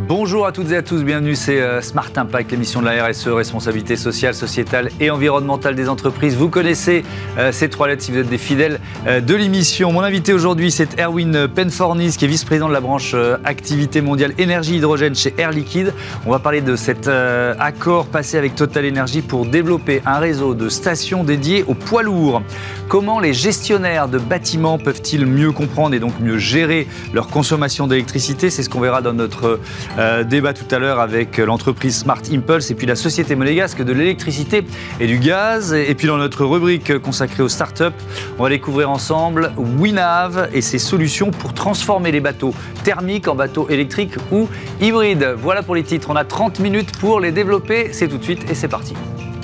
Bonjour à toutes et à tous, bienvenue, c'est Smart Impact, l'émission de la RSE, responsabilité sociale, sociétale et environnementale des entreprises. Vous connaissez ces trois lettres si vous êtes des fidèles de l'émission. Mon invité aujourd'hui, c'est Erwin Penfornis, qui est vice-président de la branche activité mondiale énergie hydrogène chez Air Liquide. On va parler de cet accord passé avec Total Energy pour développer un réseau de stations dédiées aux poids lourds. Comment les gestionnaires de bâtiments peuvent-ils mieux comprendre et donc mieux gérer leur consommation d'électricité? C'est ce qu'on verra dans notre débat tout à l'heure avec l'entreprise Smart Impulse et puis la société monégasque de l'électricité et du gaz. Et puis dans notre rubrique consacrée aux startups, on va découvrir ensemble Winav et ses solutions pour transformer les bateaux thermiques en bateaux électriques ou hybrides. Voilà pour les titres, on a 30 minutes pour les développer. C'est tout de suite et c'est parti.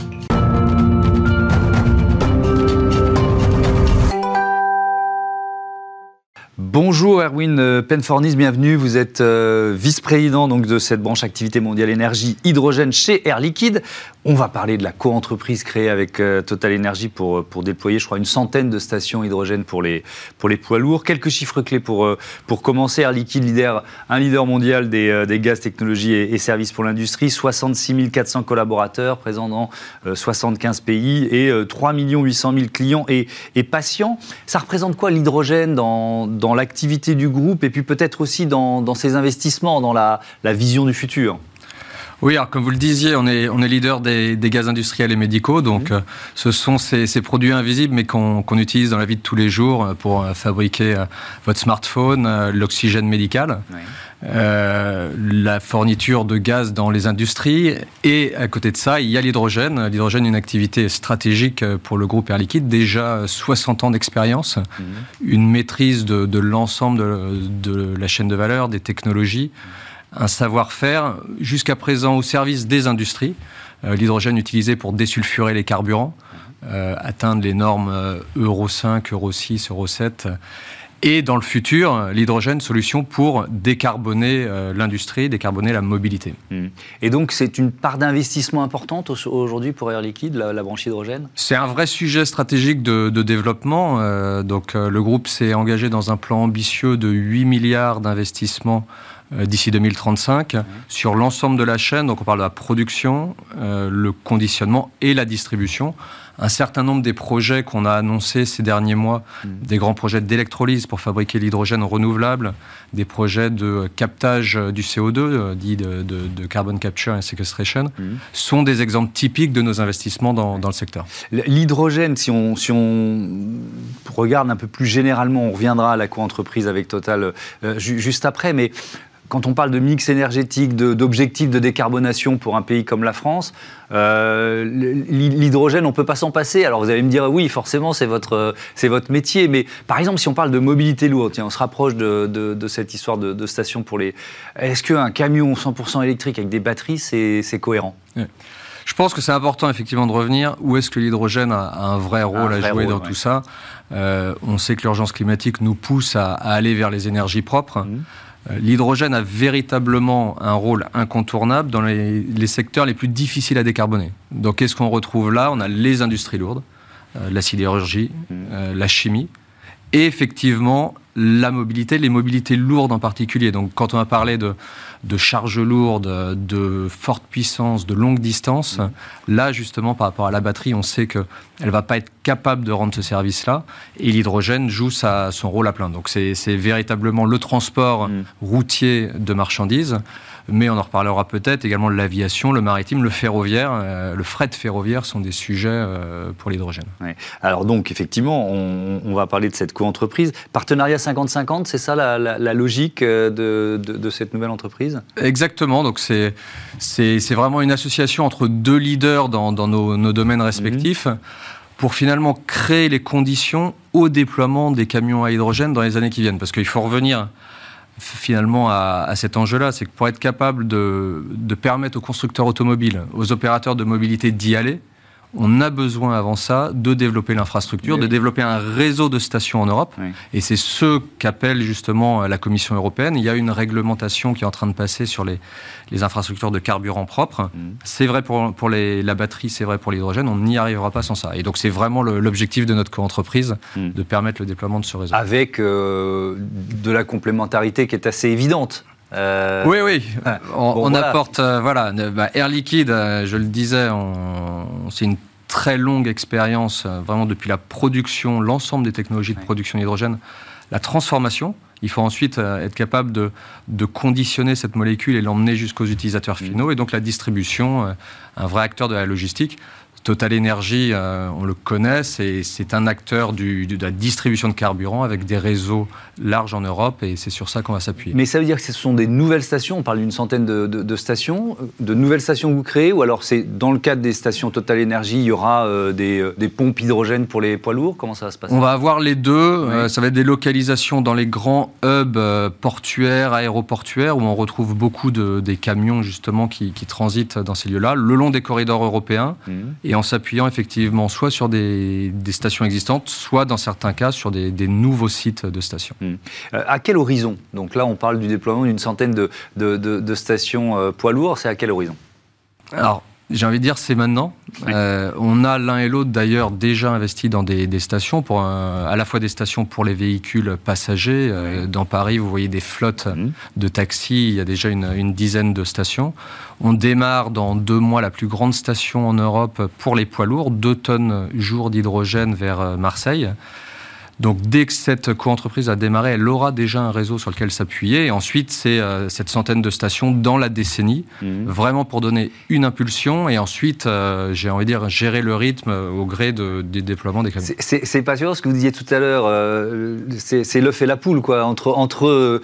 Bonjour Erwin Penfornis, bienvenue. Vous êtes vice-président donc, de cette branche activité mondiale énergie hydrogène chez Air Liquide. On va parler de la co-entreprise créée avec Total Energy pour déployer, je crois, une centaine de stations hydrogène pour les poids lourds. Quelques chiffres clés pour commencer. Air Liquide, un leader mondial des gaz, technologies et services pour l'industrie. 66 400 collaborateurs présents dans 75 pays et 3 800 000 clients et patients. Ça représente quoi l'hydrogène dans l'activité du groupe et puis peut-être aussi dans ses investissements, dans la vision du futur? Oui, alors comme vous le disiez, on est leader des gaz industriels et médicaux, donc ce sont ces produits invisibles mais qu'on utilise dans la vie de tous les jours pour fabriquer votre smartphone, l'oxygène médical. Oui. La fourniture de gaz dans les industries et à côté de ça, il y a l'hydrogène. L'hydrogène est une activité stratégique pour le groupe Air Liquide, déjà 60 ans d'expérience, une maîtrise de l'ensemble de la chaîne de valeur, des technologies, un savoir-faire jusqu'à présent au service des industries. L'hydrogène utilisé pour désulfurer les carburants, atteindre les normes Euro 5, Euro 6, Euro 7. Et dans le futur, l'hydrogène, solution pour décarboner l'industrie, décarboner la mobilité. Et donc, c'est une part d'investissement importante aujourd'hui pour Air Liquide, la branche hydrogène? C'est un vrai sujet stratégique de développement. Le groupe s'est engagé dans un plan ambitieux de 8 milliards d'investissements d'ici 2035 sur l'ensemble de la chaîne. Donc, on parle de la production, le conditionnement et la distribution. Un certain nombre des projets qu'on a annoncés ces derniers mois, des grands projets d'électrolyse pour fabriquer l'hydrogène renouvelable, des projets de captage du CO2, dit de carbon capture and sequestration, sont des exemples typiques de nos investissements dans le secteur. L'hydrogène, si on regarde un peu plus généralement, on reviendra à la co-entreprise avec Total juste après, mais quand on parle de mix énergétique, d'objectifs de décarbonation pour un pays comme la France, l'hydrogène, on ne peut pas s'en passer. Alors vous allez me dire, oui, forcément, c'est votre métier. Mais par exemple, si on parle de mobilité lourde, tiens, on se rapproche de cette histoire de station pour les... Est-ce qu'un camion 100% électrique avec des batteries, c'est cohérent? Oui. Je pense que c'est important effectivement de revenir où est-ce que l'hydrogène a un vrai rôle à jouer dans tout ça. On sait que l'urgence climatique nous pousse à aller vers les énergies propres. L'hydrogène a véritablement un rôle incontournable dans les secteurs les plus difficiles à décarboner. Donc, qu'est-ce qu'on retrouve là? On a les industries lourdes, la sidérurgie, la chimie, et effectivement la mobilité, les mobilités lourdes en particulier. Donc, quand on a parlé de charges lourdes, de forte puissance, de longue distance, là, justement, par rapport à la batterie, on sait qu'elle ne va pas être capable de rendre ce service-là, et l'hydrogène joue son rôle à plein. Donc, c'est véritablement le transport routier de marchandises, mais on en reparlera peut-être également l'aviation, le maritime, le ferroviaire, le fret ferroviaire sont des sujets pour l'hydrogène. Ouais. Alors donc, effectivement, on va parler de cette co-entreprise. Partenariat 50-50, c'est ça la logique de cette nouvelle entreprise? Exactement, donc c'est vraiment une association entre deux leaders dans nos domaines respectifs pour finalement créer les conditions au déploiement des camions à hydrogène dans les années qui viennent. Parce qu'il faut revenir finalement à cet enjeu-là, c'est que pour être capable de permettre aux constructeurs automobiles, aux opérateurs de mobilité d'y aller, on a besoin avant ça de développer l'infrastructure, de développer un réseau de stations en Europe. Oui. Et c'est ce qu'appelle justement la Commission européenne. Il y a une réglementation qui est en train de passer sur les infrastructures de carburant propre. C'est vrai pour la batterie, c'est vrai pour l'hydrogène. On n'y arrivera pas sans ça. Et donc c'est vraiment l'objectif de notre co-entreprise, de permettre le déploiement de ce réseau. Avec de la complémentarité qui est assez évidente. Oui. On apporte, Air Liquide, je le disais, c'est une très longue expérience, vraiment depuis la production, l'ensemble des technologies de production d'hydrogène, la transformation. Il faut ensuite être capable de conditionner cette molécule et l'emmener jusqu'aux utilisateurs finaux. Et donc la distribution, un vrai acteur de la logistique. Total Energy, on le connaît, c'est un acteur de la distribution de carburant avec des réseaux larges en Europe et c'est sur ça qu'on va s'appuyer. Mais ça veut dire que ce sont des nouvelles stations, on parle d'une centaine de stations, de nouvelles stations que vous créez, ou alors c'est dans le cadre des stations Total Energy, il y aura des pompes hydrogène pour les poids lourds? Comment ça va se passer? On va avoir les deux, ça va être des localisations dans les grands hubs portuaires, aéroportuaires, où on retrouve beaucoup des camions justement qui transitent dans ces lieux-là, le long des corridors européens. Et en s'appuyant effectivement soit sur des stations existantes, soit dans certains cas sur des nouveaux sites de stations. À quel horizon? Donc là, on parle du déploiement d'une centaine de stations poids lourds. C'est à quel horizon? Alors, j'ai envie de dire, c'est maintenant. On a l'un et l'autre d'ailleurs déjà investi dans des stations, à la fois des stations pour les véhicules passagers. Dans Paris, vous voyez des flottes de taxis, il y a déjà une dizaine de stations. On démarre dans 2 mois la plus grande station en Europe pour les poids lourds, 2 tonnes jour d'hydrogène vers Marseille. Donc dès que cette coentreprise a démarré, elle aura déjà un réseau sur lequel s'appuyer. Et ensuite, c'est cette centaine de stations dans la décennie, vraiment pour donner une impulsion. Et ensuite, j'ai envie de dire, gérer le rythme au gré des déploiements des camions. C'est passionnant ce que vous disiez tout à l'heure. C'est l'œuf et la poule, quoi, entre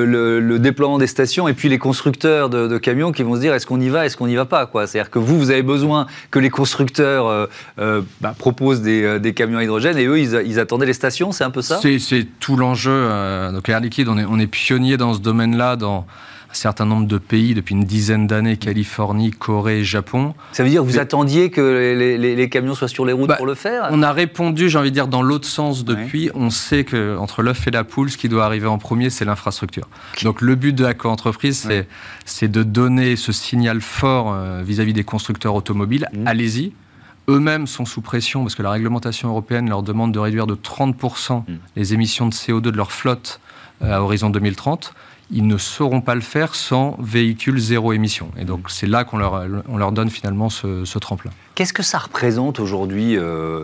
le déploiement des stations et puis les constructeurs de camions qui vont se dire est-ce qu'on y va, est-ce qu'on n'y va pas, quoi. C'est-à-dire que vous avez besoin que les constructeurs proposent des camions à hydrogène et eux, ils attendaient les stations. C'est un peu ça? C'est tout l'enjeu. Donc Air Liquide, on est pionnier dans ce domaine-là dans un certain nombre de pays depuis une dizaine d'années, Californie, Corée, Japon. Ça veut dire que vous attendiez que les camions soient sur les routes pour le faire? On a répondu, j'ai envie de dire, dans l'autre sens depuis. On sait qu'entre l'œuf et la poule, ce qui doit arriver en premier, c'est l'infrastructure. Donc le but de la coentreprise, c'est de donner ce signal fort vis-à-vis des constructeurs automobiles. Allez-y. Eux-mêmes sont sous pression parce que la réglementation européenne leur demande de réduire de 30% les émissions de CO2 de leur flotte à horizon 2030. Ils ne sauront pas le faire sans véhicules zéro émission. Et donc c'est là qu'on leur donne finalement ce tremplin. Qu'est-ce que ça représente aujourd'hui?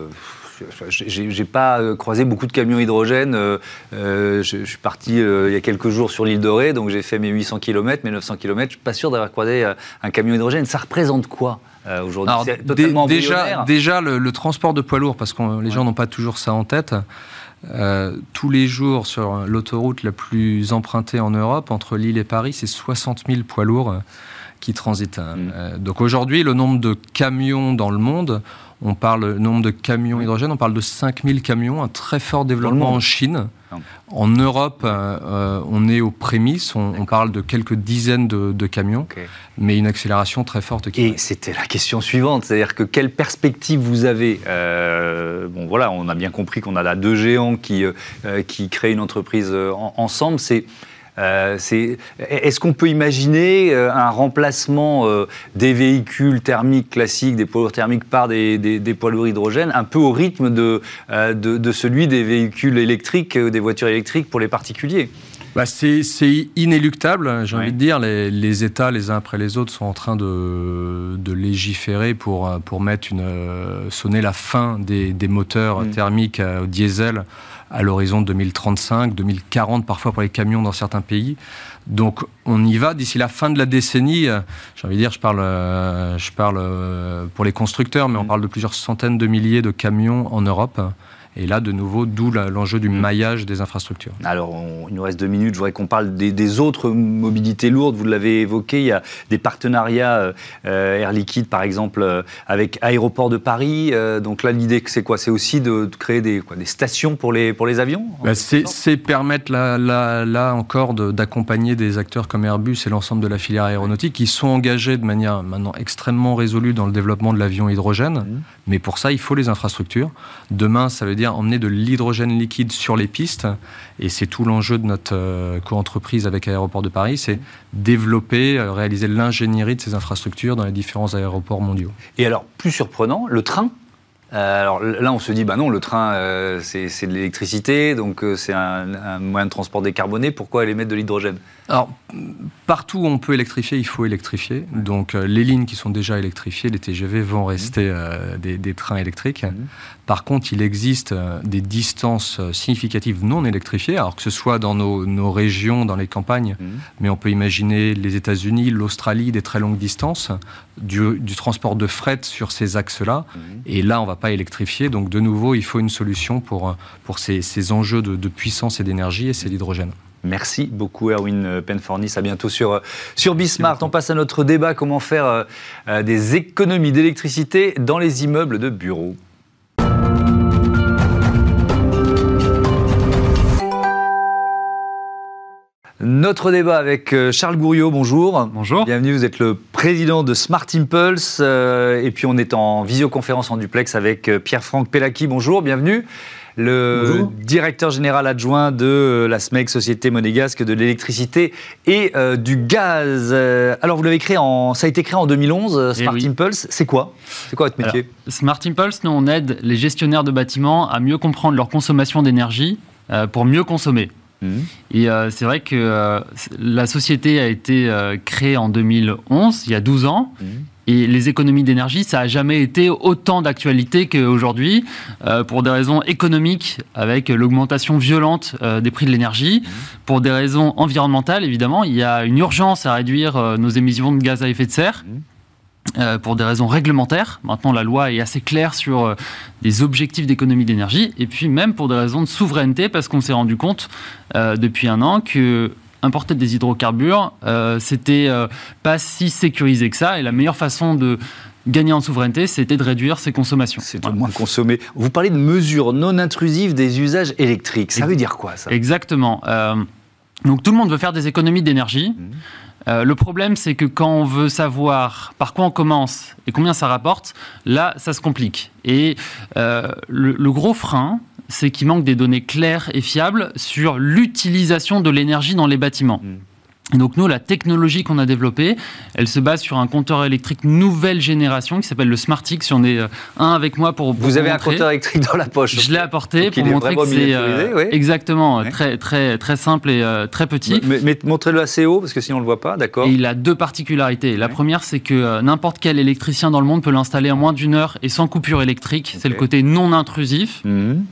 J'ai pas croisé beaucoup de camions hydrogène. Je suis parti il y a quelques jours sur l'île de Ré, donc j'ai fait mes 800 km, mes 900 km. Je suis pas sûr d'avoir croisé un camion hydrogène. Ça représente quoi aujourd'hui? C'est totalement déjà le transport de poids lourds, parce que les gens n'ont pas toujours ça en tête. Tous les jours sur l'autoroute la plus empruntée en Europe, entre Lille et Paris, c'est 60 000 poids lourds qui transitent. Donc aujourd'hui, le nombre de camions dans le monde, on parle le nombre de camions hydrogène, on parle de 5000 camions, un très fort développement en Chine. En Europe, on est aux prémices, on parle de quelques dizaines de camions, mais une accélération très forte. Et c'était la question suivante, c'est-à-dire que quelle perspective vous avez? On a bien compris qu'on a là 2 géants qui créent une entreprise ensemble. Est-ce qu'on peut imaginer un remplacement des véhicules thermiques classiques, des poids lourds thermiques par des poids lourds hydrogène, un peu au rythme de celui des véhicules électriques, des voitures électriques pour les particuliers? C'est inéluctable, j'ai envie de dire. Les États, les uns après les autres, sont en train de légiférer pour sonner la fin des moteurs thermiques au diesel à l'horizon 2035, 2040 parfois pour les camions dans certains pays. Donc on y va d'ici la fin de la décennie. J'ai envie de dire, je parle pour les constructeurs, mais on parle de plusieurs centaines de milliers de camions en Europe. Et là, de nouveau, d'où l'enjeu du maillage des infrastructures. Alors, il nous reste 2 minutes. Je voudrais qu'on parle des autres mobilités lourdes. Vous l'avez évoqué, il y a des partenariats Air Liquide, par exemple, avec Aéroport de Paris. Donc là, l'idée, c'est quoi? C'est aussi de créer des stations pour les avions? C'est permettre, là encore, d'accompagner des acteurs comme Airbus et l'ensemble de la filière aéronautique qui sont engagés de manière maintenant extrêmement résolue dans le développement de l'avion hydrogène. Mais pour ça, il faut les infrastructures. Demain, ça veut dire emmener de l'hydrogène liquide sur les pistes, et c'est tout l'enjeu de notre coentreprise avec Aéroport de Paris, c'est développer, réaliser l'ingénierie de ces infrastructures dans les différents aéroports mondiaux. Et alors, plus surprenant, le train Alors là, on se dit, non, le train, c'est de l'électricité, donc c'est un moyen de transport décarboné. Pourquoi aller mettre de l'hydrogène ? Alors, partout où on peut électrifier, il faut électrifier. Donc, les lignes qui sont déjà électrifiées, les TGV, vont rester des trains électriques. Par contre, il existe des distances significatives non électrifiées, alors que ce soit dans nos régions, dans les campagnes, mais on peut imaginer les États-Unis, l'Australie, des très longues distances, du transport de fret sur ces axes-là. Et là, on ne va pas électrifier. Donc, de nouveau, il faut une solution pour ces enjeux de puissance et d'énergie, et c'est l'hydrogène. Merci beaucoup, Erwin Penfornis. À bientôt sur Bismart. On passe à notre débat. Comment faire des économies d'électricité dans les immeubles de bureaux ? Notre débat avec Charles Gouriot, bonjour. Bonjour. Bienvenue, vous êtes le président de Smart Impulse. Et puis on est en visioconférence en duplex avec Pierre-Franck Pellacchi, bonjour, bienvenue. Bonjour. Directeur général adjoint de la SMEC, Société Monégasque de l'électricité et du gaz. Alors vous l'avez créé ça a été créé en 2011, Smart Impulse. C'est quoi votre métier ? Alors, Smart Impulse, nous on aide les gestionnaires de bâtiments à mieux comprendre leur consommation d'énergie pour mieux consommer. Et c'est vrai que la société a été créée en 2011, il y a 12 ans. Et les économies d'énergie, ça n'a jamais été autant d'actualité qu'aujourd'hui, pour des raisons économiques, avec l'augmentation violente des prix de l'énergie. Pour des raisons environnementales, évidemment, il y a une urgence à réduire nos émissions de gaz à effet de serre. Pour des raisons réglementaires. Maintenant, la loi est assez claire sur des objectifs d'économie d'énergie. Et puis même pour des raisons de souveraineté, parce qu'on s'est rendu compte depuis un an que importer des hydrocarbures, c'était pas si sécurisé que ça. Et la meilleure façon de gagner en souveraineté, c'était de réduire ses consommations. C'est de moins consommer. Vous parlez de mesures non intrusives des usages électriques. Ça veut dire quoi, ça ? Exactement. Donc tout le monde veut faire des économies d'énergie. Le problème, c'est que quand on veut savoir par quoi on commence et combien ça rapporte, là, ça se complique. Et le gros frein, c'est qu'il manque des données claires et fiables sur l'utilisation de l'énergie dans les bâtiments. Et donc nous, la technologie qu'on a développée, elle se base sur un compteur électrique nouvelle génération qui s'appelle le SmartX. J'en ai un avec moi pour vous avez montrer. Un compteur électrique dans la poche. Je l'ai apporté pour montrer que c'est exactement très très très simple et très petit. Mais montrez-le assez haut parce que sinon on le voit pas, d'accord. Et il a deux particularités. La première, c'est que n'importe quel électricien dans le monde peut l'installer en moins d'1 heure et sans coupure électrique. C'est le côté non intrusif.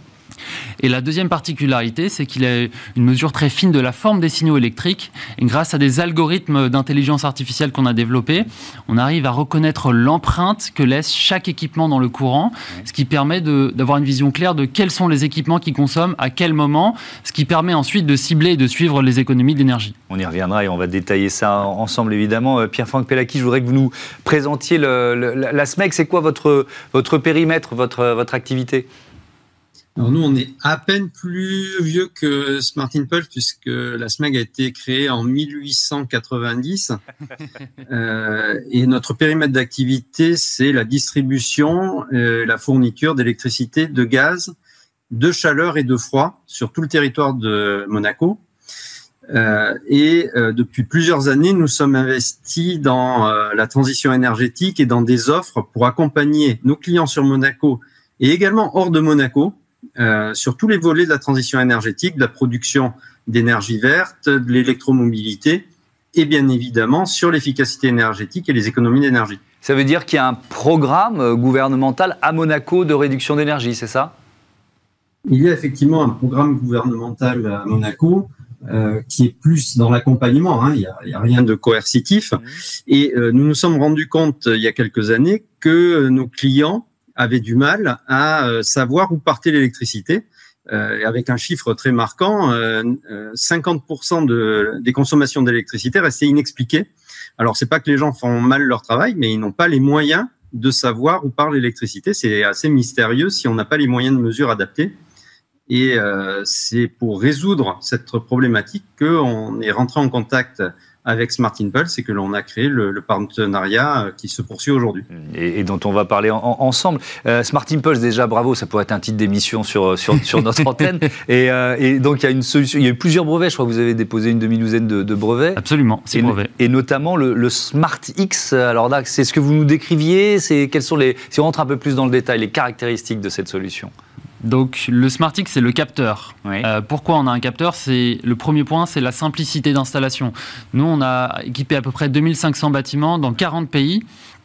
Et la deuxième particularité, c'est qu'il a une mesure très fine de la forme des signaux électriques. Et grâce à des algorithmes d'intelligence artificielle qu'on a développés, on arrive à reconnaître l'empreinte que laisse chaque équipement dans le courant, ce qui permet d'avoir une vision claire de quels sont les équipements qui consomment, à quel moment, ce qui permet ensuite de cibler et de suivre les économies d'énergie. On y reviendra et on va détailler ça ensemble, évidemment. Pierre-Franck Pellacchi, je voudrais que vous nous présentiez la SMEC. C'est quoi votre périmètre, votre activité ? Alors nous, on est à peine plus vieux que Smart Impulse puisque la SMEG a été créée en 1890 et notre périmètre d'activité, c'est la distribution, la fourniture d'électricité, de gaz, de chaleur et de froid sur tout le territoire de Monaco. Depuis plusieurs années, nous sommes investis dans la transition énergétique et dans des offres pour accompagner nos clients sur Monaco et également hors de Monaco. Sur tous les volets de la transition énergétique, de la production d'énergie verte, de l'électromobilité et bien évidemment sur l'efficacité énergétique et les économies d'énergie. Ça veut dire qu'il y a un programme gouvernemental à Monaco de réduction d'énergie, c'est ça ? Il y a effectivement un programme gouvernemental à Monaco qui est plus dans l'accompagnement, il y a rien de coercitif. Et nous nous sommes rendus compte il y a quelques années que nos clients avaient du mal à savoir où partait l'électricité. Avec un chiffre très marquant, 50% des consommations d'électricité restaient inexpliquées. Alors, c'est pas que les gens font mal leur travail, mais ils n'ont pas les moyens de savoir où part l'électricité. C'est assez mystérieux si on n'a pas les moyens de mesure adaptés. Et c'est pour résoudre cette problématique qu'on est rentré en contact avec Smart Impulse et que l'on a créé le partenariat qui se poursuit aujourd'hui. Et dont on va parler ensemble. Smart Impulse, déjà, bravo, ça pourrait être un titre d'émission sur notre antenne. Et donc, il y a une solution, il y a eu plusieurs brevets, je crois que vous avez déposé une demi-douzaine de brevets. Absolument, 6 brevets. Et notamment le Smart X, alors là, c'est ce que vous nous décriviez, quels sont si on rentre un peu plus dans le détail, les caractéristiques de cette solution. Donc, le Smart X, c'est le capteur. Oui. Pourquoi on a un capteur ? Le premier point, c'est la simplicité d'installation. Nous, on a équipé à peu près 2500 bâtiments dans 40 pays.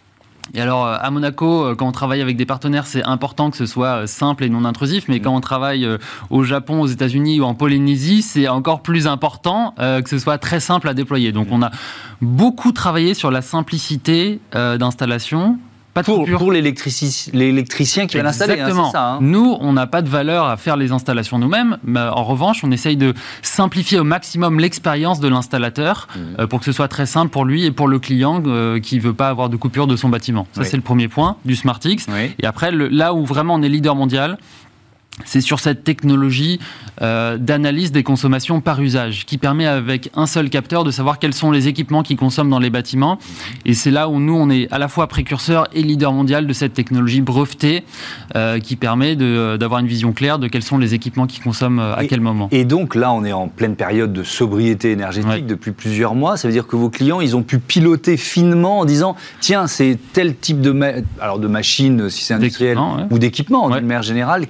Et alors, à Monaco, quand on travaille avec des partenaires, c'est important que ce soit simple et non intrusif. Mais quand on travaille au Japon, aux États-Unis ou en Polynésie, c'est encore plus important que ce soit très simple à déployer. Donc, on a beaucoup travaillé sur la simplicité d'installation. Pour l'électricien qui va l'installer. Exactement. C'est ça, hein. Nous, on n'a pas de valeur à faire les installations nous-mêmes. Mais en revanche, on essaye de simplifier au maximum l'expérience de l'installateur pour que ce soit très simple pour lui et pour le client qui ne veut pas avoir de coupure de son bâtiment. Ça, c'est le premier point du SmartX. Oui. Et après, là où vraiment on est leader mondial, c'est sur cette technologie d'analyse des consommations par usage qui permet avec un seul capteur de savoir quels sont les équipements qui consomment dans les bâtiments. Et c'est là où nous, on est à la fois précurseur et leader mondial de cette technologie brevetée qui permet d'avoir une vision claire de quels sont les équipements qui consomment à quel moment. Et donc là, on est en pleine période de sobriété énergétique depuis plusieurs mois. Ça veut dire que vos clients, ils ont pu piloter finement en disant tiens, c'est tel type de machine, si c'est industriel, ou d'équipement, de manière générale,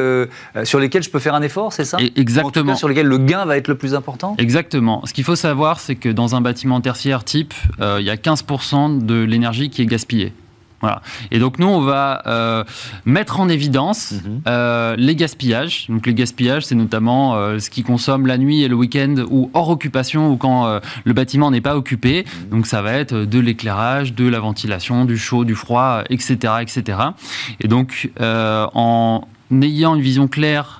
sur lesquels je peux faire un effort, c'est ça ? Exactement. En tout cas, sur lesquels le gain va être le plus important ? Exactement. Ce qu'il faut savoir, c'est que dans un bâtiment tertiaire type, il y a 15% de l'énergie qui est gaspillée. Voilà. Et donc nous, on va mettre en évidence les gaspillages. Donc les gaspillages, c'est notamment ce qui consomme la nuit et le week-end ou hors occupation ou quand le bâtiment n'est pas occupé. Donc ça va être de l'éclairage, de la ventilation, du chaud, du froid, etc., etc. Et donc en ayant une vision claire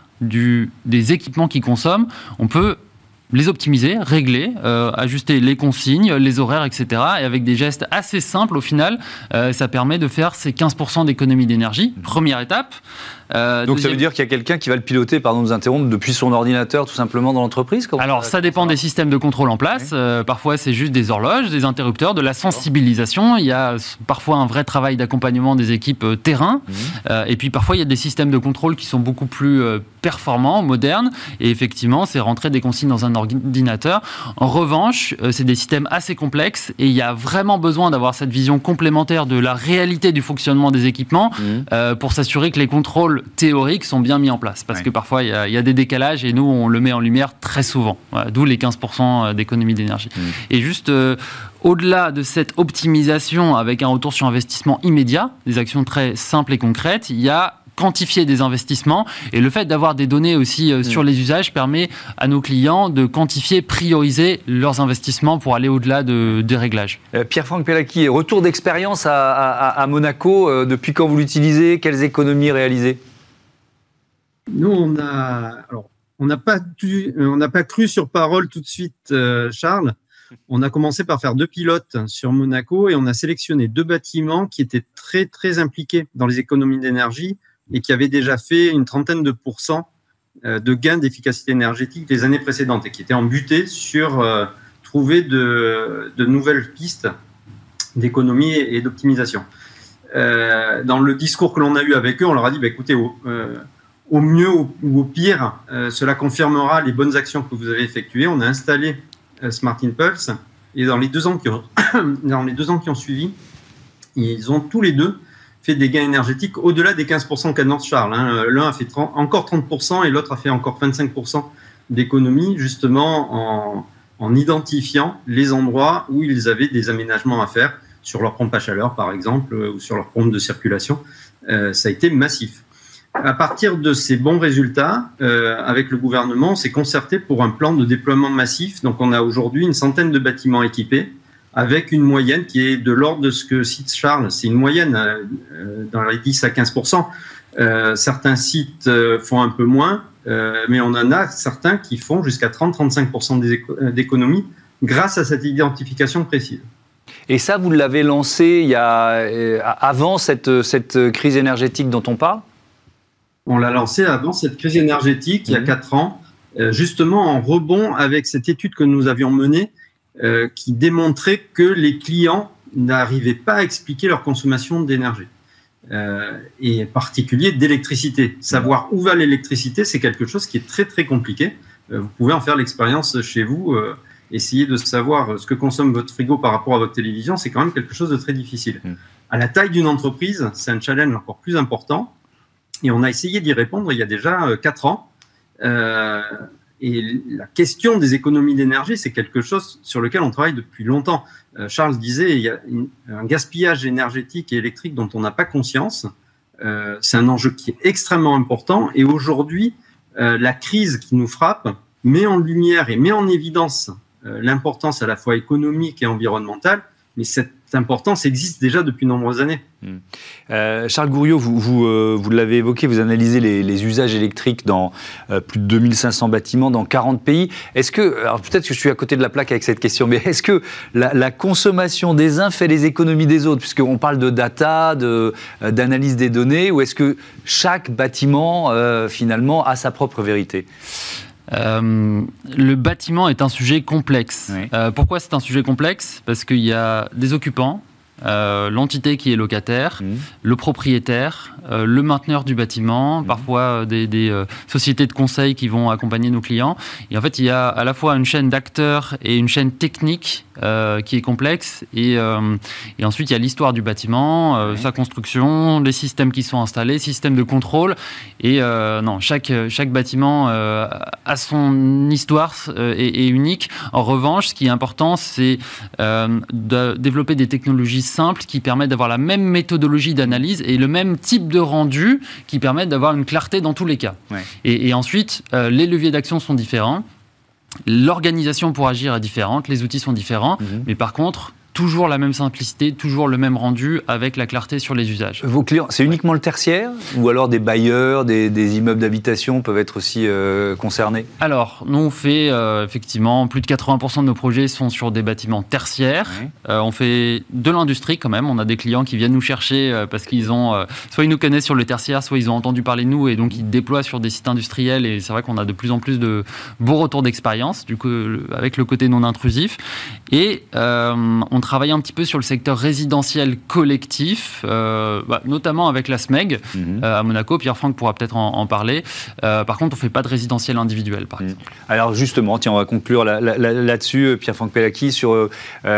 des équipements qui consomment, on peut les optimiser, régler, ajuster les consignes, les horaires, etc. Et avec des gestes assez simples, au final, ça permet de faire ces 15% d'économie d'énergie. Première étape. Donc ça veut dire qu'il y a quelqu'un qui va le piloter, pardon de vous interrompre, depuis son ordinateur tout simplement dans l'entreprise ? Alors ça dépend des systèmes de contrôle en place. Parfois c'est juste des horloges, des interrupteurs, de la sensibilisation. Il y a parfois un vrai travail d'accompagnement des équipes terrain. Et puis parfois il y a des systèmes de contrôle qui sont beaucoup plus performants, modernes. Et effectivement c'est rentrer des consignes dans un ordinateur. En revanche, c'est des systèmes assez complexes et il y a vraiment besoin d'avoir cette vision complémentaire de la réalité du fonctionnement des équipements pour s'assurer que les contrôles théoriques sont bien mis en place. Parce que parfois, il y a des décalages et nous, on le met en lumière très souvent. Voilà, d'où les 15% d'économie d'énergie. Et juste au-delà de cette optimisation avec un retour sur investissement immédiat, des actions très simples et concrètes, il y a quantifier des investissements et le fait d'avoir des données aussi sur les usages permet à nos clients de quantifier, prioriser leurs investissements pour aller au-delà des réglages. Pierre-Franck Pellacchi, retour d'expérience à Monaco, depuis quand vous l'utilisez, quelles économies réalisées ? Nous, on n'a pas cru sur parole tout de suite, Charles. On a commencé par faire 2 pilotes sur Monaco et on a sélectionné 2 bâtiments qui étaient très, très impliqués dans les économies d'énergie et qui avaient déjà fait une trentaine de pourcents de gains d'efficacité énergétique les années précédentes et qui étaient embutés sur trouver de nouvelles pistes d'économie et d'optimisation. Dans le discours que l'on a eu avec eux, on leur a dit écoutez, au mieux ou au pire, cela confirmera les bonnes actions que vous avez effectuées. On a installé Smart Impulse et dans les 2 ans qui ont suivi, ils ont tous les 2 fait des gains énergétiques au-delà des 15% qu'annonce Charles. L'un a fait encore 30% et l'autre a fait encore 25% d'économie, justement en identifiant les endroits où ils avaient des aménagements à faire sur leur pompe à chaleur, par exemple, ou sur leur pompe de circulation. Ça a été massif. À partir de ces bons résultats, avec le gouvernement, on s'est concerté pour un plan de déploiement massif. Donc, on a aujourd'hui une centaine de bâtiments équipés, avec une moyenne qui est de l'ordre de ce que cite Charles. C'est une moyenne dans les 10 à 15%. Certains sites font un peu moins, mais on en a certains qui font jusqu'à 30-35% d'économies grâce à cette identification précise. Et ça, vous l'avez lancé avant cette crise énergétique dont on parle ? On l'a lancé avant cette crise énergétique, il y a 4 ans, justement en rebond avec cette étude que nous avions menée qui démontraient que les clients n'arrivaient pas à expliquer leur consommation d'énergie. Et en particulier d'électricité. Savoir où va l'électricité, c'est quelque chose qui est très très compliqué. Vous pouvez en faire l'expérience chez vous. Essayer de savoir ce que consomme votre frigo par rapport à votre télévision, c'est quand même quelque chose de très difficile. À la taille d'une entreprise, c'est un challenge encore plus important. Et on a essayé d'y répondre il y a déjà 4 ans. Et la question des économies d'énergie, c'est quelque chose sur lequel on travaille depuis longtemps. Charles disait, il y a un gaspillage énergétique et électrique dont on n'a pas conscience. C'est un enjeu qui est extrêmement important. Et aujourd'hui, la crise qui nous frappe met en lumière et met en évidence l'importance à la fois économique et environnementale. Mais cette importance existe déjà depuis de nombreuses années. Charles Gouriot, vous l'avez évoqué, vous analysez les usages électriques dans plus de 2500 bâtiments dans 40 pays. Est-ce que, alors peut-être que je suis à côté de la plaque avec cette question, mais est-ce que la consommation des uns fait les économies des autres, puisqu'on parle de data, d'analyse des données, ou est-ce que chaque bâtiment finalement a sa propre vérité ? Le bâtiment est un sujet complexe. Oui. Pourquoi c'est un sujet complexe ? Parce qu'il y a des occupants, l'entité qui est locataire, le propriétaire, le mainteneur du bâtiment, parfois des sociétés de conseil qui vont accompagner nos clients. Et en fait, il y a à la fois une chaîne d'acteurs et une chaîne technique qui est complexe. Et ensuite, il y a l'histoire du bâtiment, sa construction, les systèmes qui sont installés, systèmes de contrôle. Et chaque bâtiment a son histoire et est unique. En revanche, ce qui est important, c'est de développer des technologies simples qui permettent d'avoir la même méthodologie d'analyse et le même type de rendu qui permettent d'avoir une clarté dans tous les cas. Ouais. Et ensuite, les leviers d'action sont différents. L'organisation pour agir est différente, les outils sont différents, mais par contre, toujours la même simplicité, toujours le même rendu avec la clarté sur les usages. Vos clients, c'est uniquement le tertiaire ou alors des bailleurs, des immeubles d'habitation peuvent être aussi concernés ? Alors, nous on fait effectivement plus de 80% de nos projets sont sur des bâtiments tertiaires. Oui. On fait de l'industrie quand même. On a des clients qui viennent nous chercher parce qu'ils ont soit ils nous connaissent sur le tertiaire, soit ils ont entendu parler de nous et donc ils déploient sur des sites industriels. Et c'est vrai qu'on a de plus en plus de bons retours d'expérience, du coup avec le côté non intrusif. Et on travaille un petit peu sur le secteur résidentiel collectif, notamment avec la SMEG à Monaco. Pierre-Franck pourra peut-être en parler. Par contre, on ne fait pas de résidentiel individuel, par exemple. Alors justement, tiens, on va conclure là-dessus, Pierre-Franck Pellacchi, sur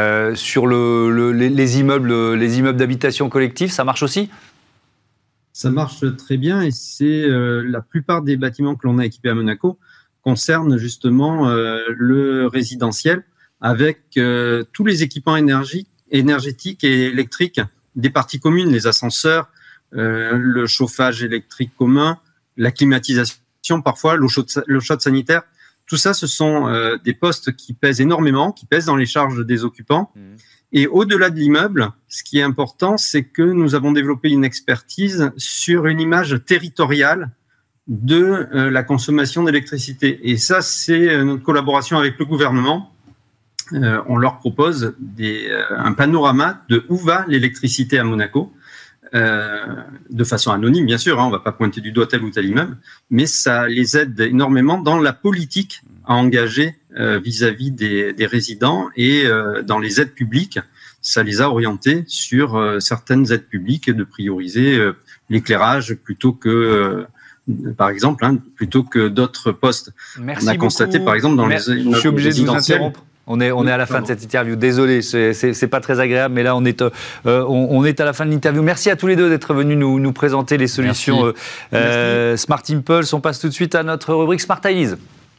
les immeubles d'habitation collective, ça marche aussi ? Ça marche très bien et c'est la plupart des bâtiments que l'on a équipés à Monaco concernent justement le résidentiel, avec tous les équipements énergétiques et électriques, des parties communes, les ascenseurs, le chauffage électrique commun, la climatisation parfois, l'eau chaude sanitaire. Tout ça, ce sont des postes qui pèsent énormément, qui pèsent dans les charges des occupants. Et au-delà de l'immeuble, ce qui est important, c'est que nous avons développé une expertise sur une image territoriale de la consommation d'électricité. Et ça, c'est notre collaboration avec le gouvernement. On leur propose un panorama de où va l'électricité à Monaco, de façon anonyme, bien sûr, on ne va pas pointer du doigt tel ou tel immeuble, mais ça les aide énormément dans la politique à engager vis-à-vis des résidents et dans les aides publiques. Ça les a orientés sur certaines aides publiques de prioriser l'éclairage plutôt que... par exemple, plutôt que d'autres postes. Merci on a constaté, par exemple, dans les immeubles résidentiels... Je suis obligé de vous interrompre. On est à la fin de cette interview. Désolé, c'est pas très agréable, mais là, on est à la fin de l'interview. Merci à tous les deux d'être venus nous présenter les solutions Smart Impulse. On passe tout de suite à notre rubrique Smart Ideas.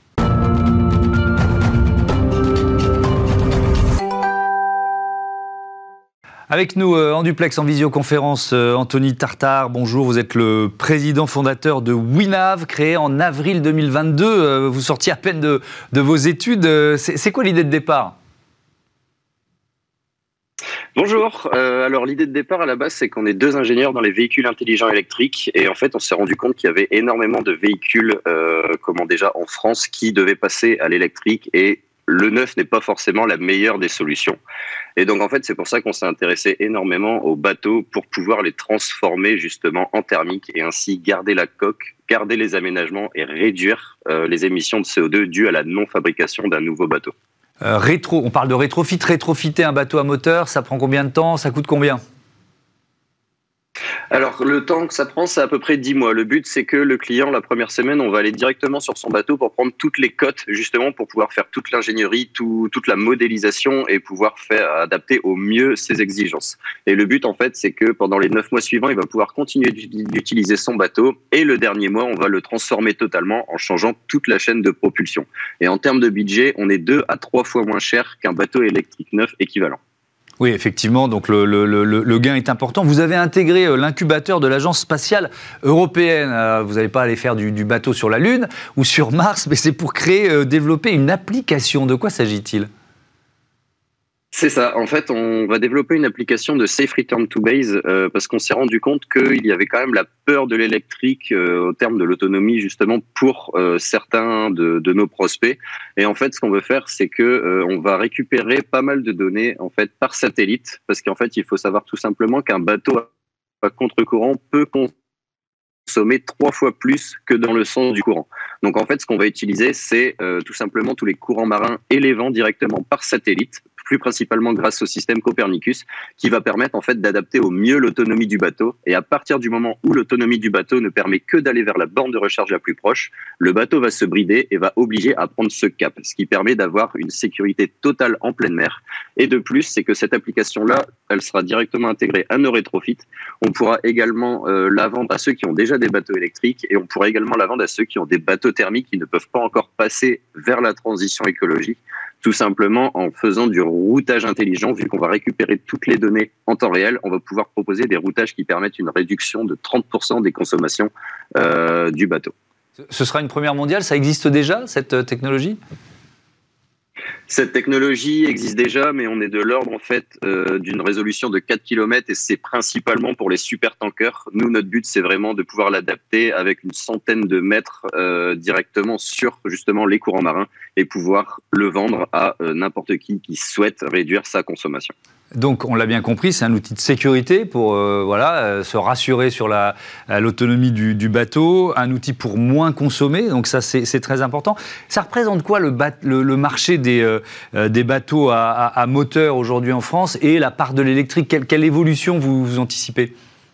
Avec nous en duplex, en visioconférence, Anthony Tartare. Bonjour, vous êtes le président fondateur de Winav, créé en avril 2022. Vous sortiez à peine de vos études. C'est quoi l'idée de départ ? Bonjour. Alors l'idée de départ à la base, c'est qu'on est 2 ingénieurs dans les véhicules intelligents électriques et en fait on s'est rendu compte qu'il y avait énormément de véhicules, déjà en France, qui devaient passer à l'électrique et le neuf n'est pas forcément la meilleure des solutions. Et donc, en fait, c'est pour ça qu'on s'est intéressé énormément aux bateaux pour pouvoir les transformer justement en thermique et ainsi garder la coque, garder les aménagements et réduire les émissions de CO2 dues à la non-fabrication d'un nouveau bateau. On parle de rétrofiter un bateau à moteur, ça prend combien de temps? Ça coûte combien? Alors, le temps que ça prend, c'est à peu près 10 mois. Le but, c'est que le client, la première semaine, on va aller directement sur son bateau pour prendre toutes les cotes, justement, pour pouvoir faire toute l'ingénierie, toute la modélisation et pouvoir adapter au mieux ses exigences. Et le but, en fait, c'est que pendant les 9 mois suivants, il va pouvoir continuer d'utiliser son bateau. Et le dernier mois, on va le transformer totalement en changeant toute la chaîne de propulsion. Et en termes de budget, on est 2 à 3 fois moins cher qu'un bateau électrique neuf équivalent. Oui, effectivement, donc le gain est important. Vous avez intégré l'incubateur de l'Agence spatiale européenne. Vous n'allez pas aller faire du bateau sur la Lune ou sur Mars, mais c'est pour développer une application. De quoi s'agit-il ? C'est ça. En fait, on va développer une application de Safe Return to Base parce qu'on s'est rendu compte qu'il y avait quand même la peur de l'électrique au terme de l'autonomie, justement, pour certains de nos prospects. Et en fait, ce qu'on veut faire, c'est que on va récupérer pas mal de données en fait par satellite, parce qu'en fait, il faut savoir tout simplement qu'un bateau à contre-courant peut consommer 3 fois plus que dans le sens du courant. Donc en fait, ce qu'on va utiliser, c'est tout simplement tous les courants marins et les vents directement par satellite, plus principalement grâce au système Copernicus, qui va permettre en fait d'adapter au mieux l'autonomie du bateau. Et à partir du moment où l'autonomie du bateau ne permet que d'aller vers la borne de recharge la plus proche, le bateau va se brider et va obliger à prendre ce cap, ce qui permet d'avoir une sécurité totale en pleine mer. Et de plus, c'est que cette application-là, elle sera directement intégrée à nos rétrofits. On pourra également la vendre à ceux qui ont déjà des bateaux électriques et on pourra également la vendre à ceux qui ont des bateaux thermiques qui ne peuvent pas encore passer vers la transition écologique, tout simplement en faisant du routage intelligent. Vu qu'on va récupérer toutes les données en temps réel, on va pouvoir proposer des routages qui permettent une réduction de 30% des consommations du bateau. Ce sera une première mondiale, ça existe déjà, cette technologie ? Cette technologie existe déjà, mais on est de l'ordre en fait d'une résolution de 4 km et c'est principalement pour les supertankers. Nous, notre but, c'est vraiment de pouvoir l'adapter avec une centaine de mètres directement sur justement les courants marins et pouvoir le vendre à n'importe qui souhaite réduire sa consommation. Donc, on l'a bien compris, c'est un outil de sécurité pour se rassurer sur l'autonomie du bateau, un outil pour moins consommer, donc ça c'est très important. Ça représente quoi le marché des bateaux à moteur aujourd'hui en France et la part de l'électrique? Quelle évolution vous anticipez ?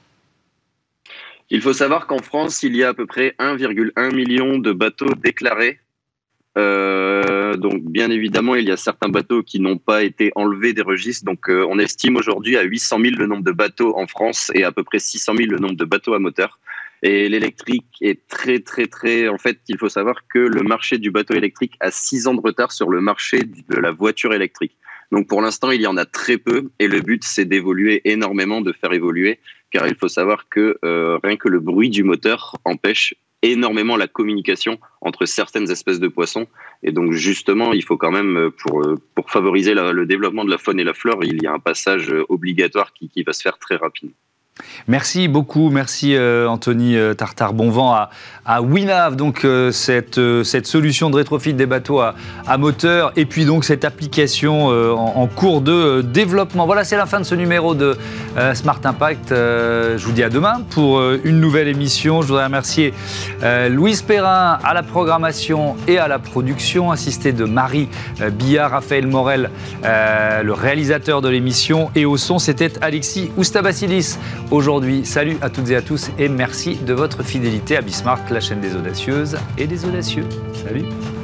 Il faut savoir qu'en France, il y a à peu près 1,1 million de bateaux déclarés. Donc bien évidemment, il y a certains bateaux qui n'ont pas été enlevés des registres. Donc on estime aujourd'hui à 800 000 le nombre de bateaux en France et à peu près 600 000 le nombre de bateaux à moteur. Et l'électrique est très... En fait, il faut savoir que le marché du bateau électrique a 6 ans de retard sur le marché de la voiture électrique. Donc pour l'instant, il y en a très peu et le but, c'est d'évoluer énormément, de faire évoluer, car il faut savoir que rien que le bruit du moteur empêche énormément la communication entre certaines espèces de poissons. Et donc, justement, il faut quand même, pour favoriser le développement de la faune et la flore, il y a un passage obligatoire qui va se faire très rapidement. Merci beaucoup, merci Anthony Tartare. Bon vent à Winav, donc cette solution de rétrofit des bateaux à moteur et puis donc cette application en cours de développement. Voilà, c'est la fin de ce numéro de Smart Impact. Je vous dis à demain pour une nouvelle émission. Je voudrais remercier Louise Perrin à la programmation et à la production, assisté de Marie Billard, Raphaël Morel, le réalisateur de l'émission, et au son, c'était Alexis Oustabasilis. Aujourd'hui, salut à toutes et à tous et merci de votre fidélité à Bismart, la chaîne des audacieuses et des audacieux. Salut.